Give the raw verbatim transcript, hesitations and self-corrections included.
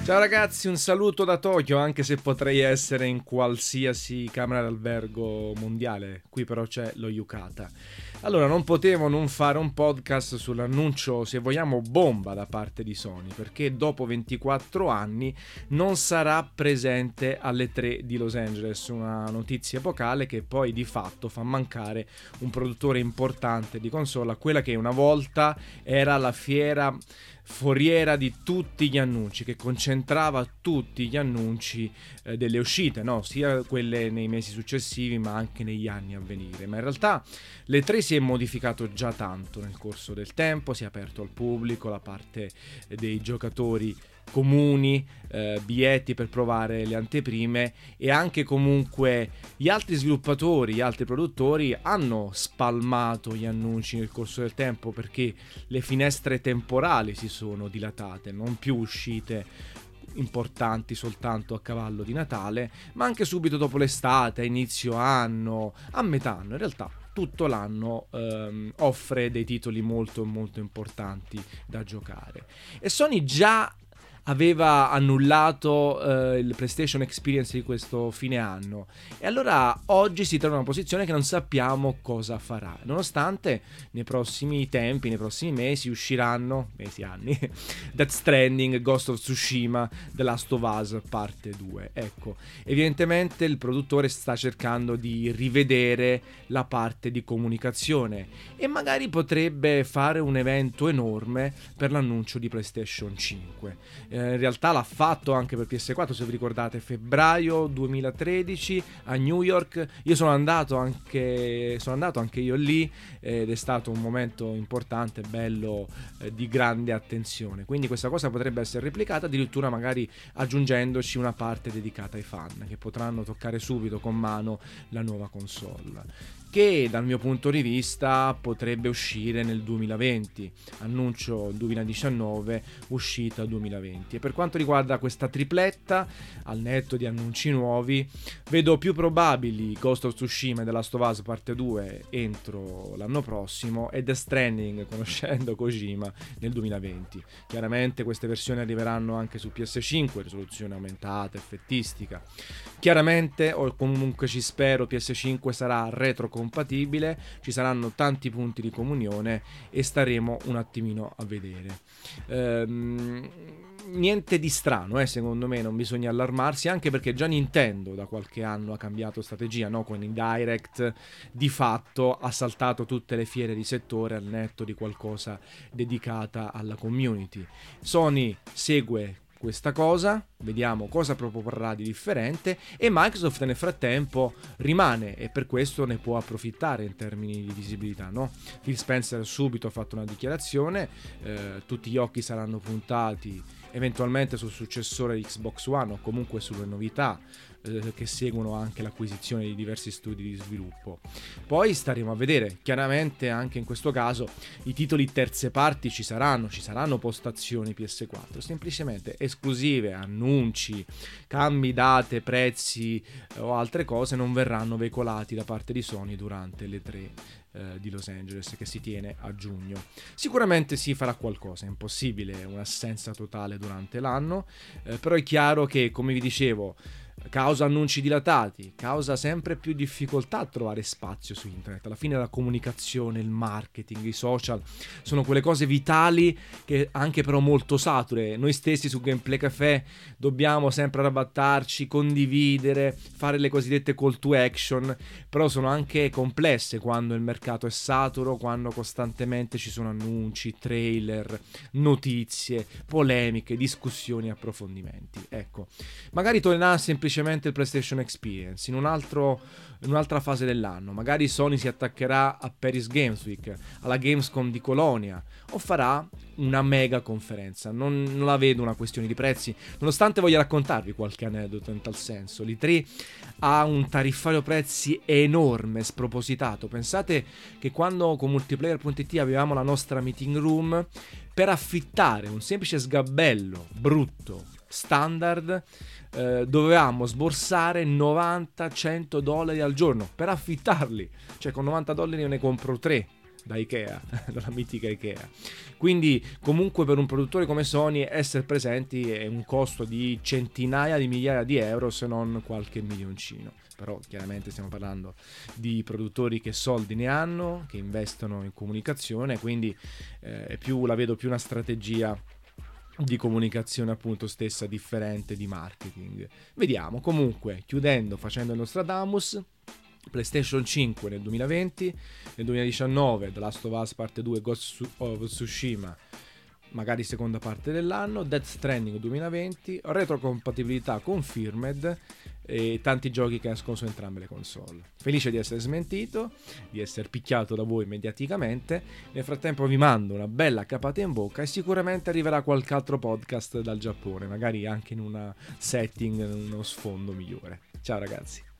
Ciao ragazzi, un saluto da Tokyo, anche se potrei essere in qualsiasi camera d'albergo mondiale. Qui però c'è lo Yukata. Allora, non potevo non fare un podcast sull'annuncio, se vogliamo, bomba da parte di Sony, perché dopo ventiquattro anni non sarà presente alle tre di Los Angeles, una notizia epocale che poi di fatto fa mancare un produttore importante di console a quella che una volta era la fiera foriera di tutti gli annunci, che concentrava tutti gli annunci eh, delle uscite, no? Sia quelle nei mesi successivi ma anche negli anni a venire. Ma in realtà l'E tre si è modificato già tanto nel corso del tempo, si è aperto al pubblico, la parte dei giocatori comuni, eh, biglietti per provare le anteprime, e anche comunque gli altri sviluppatori, gli altri produttori hanno spalmato gli annunci nel corso del tempo, perché le finestre temporali si sono dilatate, non più uscite importanti soltanto a cavallo di Natale, ma anche subito dopo l'estate, a inizio anno, a metà anno. In realtà tutto l'anno ehm, offre dei titoli molto molto importanti da giocare, e Sony già aveva annullato eh, il PlayStation Experience di questo fine anno, e allora oggi si trova in una posizione che non sappiamo cosa farà, nonostante nei prossimi tempi, nei prossimi mesi usciranno, mesi, anni, Death Stranding, Ghost of Tsushima, The Last of Us parte due. Ecco, evidentemente il produttore sta cercando di rivedere la parte di comunicazione e magari potrebbe fare un evento enorme per l'annuncio di PlayStation cinque. In realtà l'ha fatto anche per P S quattro, se vi ricordate, febbraio duemilatredici a New York. Io sono andato anche sono andato anche io lì, ed è stato un momento importante, bello, eh, di grande attenzione. Quindi questa cosa potrebbe essere replicata, addirittura magari aggiungendoci una parte dedicata ai fan, che potranno toccare subito con mano la nuova console, che dal mio punto di vista potrebbe uscire nel duemilaventi, annuncio duemiladiciannove, uscita duemilaventi. E per quanto riguarda questa tripletta, al netto di annunci nuovi, vedo più probabili Ghost of Tsushima e The Last of Us parte due entro l'anno prossimo, e Death Stranding, conoscendo Kojima, nel duemilaventi. Chiaramente queste versioni arriveranno anche su P S cinque, risoluzione aumentata, effettistica. Chiaramente, o comunque ci spero, P S cinque sarà retrocompatibile, ci saranno tanti punti di comunione e staremo un attimino a vedere. Ehm, niente di strano, eh, secondo me non bisogna allarmarsi, anche perché già Nintendo da qualche anno ha cambiato strategia, no? Con i Direct di fatto ha saltato tutte le fiere di settore al netto di qualcosa dedicata alla community. Sony segue questa cosa, vediamo cosa proporrà di differente, e Microsoft nel frattempo rimane, e per questo ne può approfittare in termini di visibilità, no? Phil Spencer subito ha fatto una dichiarazione, eh, tutti gli occhi saranno puntati eventualmente sul successore di Xbox One, o comunque sulle novità eh, che seguono anche l'acquisizione di diversi studi di sviluppo. Poi staremo a vedere, chiaramente anche in questo caso i titoli terze parti ci saranno, ci saranno postazioni P S quattro, semplicemente esclusive, annunci, cambi date, prezzi eh, o altre cose non verranno veicolati da parte di Sony durante le tre di Los Angeles, che si tiene a giugno. Sicuramente si farà qualcosa, è impossibile un'assenza totale durante l'anno, eh, però è chiaro che, come vi dicevo, causa annunci dilatati, causa sempre più difficoltà a trovare spazio su internet. Alla fine la comunicazione, il marketing, i social sono quelle cose vitali, che anche però molto sature. Noi stessi su Gameplay Café dobbiamo sempre arrabattarci, condividere, fare le cosiddette call to action, però sono anche complesse quando il mercato è saturo, quando costantemente ci sono annunci, trailer, notizie, polemiche, discussioni, approfondimenti. Ecco, magari tornerà semplicemente il PlayStation Experience in un altro in un'altra fase dell'anno. Magari Sony si attaccherà a Paris Games Week, alla Gamescom di Colonia, o farà una mega conferenza. Non, non la vedo una questione di prezzi, nonostante voglia raccontarvi qualche aneddoto in tal senso. L'E tre ha un tariffario prezzi enorme, spropositato. Pensate che quando con multiplayer punto it avevamo la nostra meeting room, per affittare un semplice sgabello brutto standard eh, dovevamo sborsare novanta cento dollari al giorno per affittarli. Cioè con novanta dollari io ne compro tre da Ikea, dalla mitica Ikea. Quindi comunque per un produttore come Sony essere presenti è un costo di centinaia di migliaia di euro, se non qualche milioncino. Però chiaramente stiamo parlando di produttori che soldi ne hanno, che investono in comunicazione, quindi eh, è più, la vedo più una strategia di comunicazione appunto stessa, differente, di marketing. Vediamo. Comunque, chiudendo, facendo il Nostradamus, PlayStation cinque nel duemilaventi, nel duemiladiciannove The Last of Us Parte due, Ghost of Tsushima magari seconda parte dell'anno, Death Stranding duemilaventi, retrocompatibilità confirmed e tanti giochi che escono su entrambe le console. Felice di essere smentito, di essere picchiato da voi mediaticamente. Nel frattempo vi mando una bella capata in bocca e sicuramente arriverà qualche altro podcast dal Giappone, magari anche in una setting, in uno sfondo migliore. Ciao ragazzi.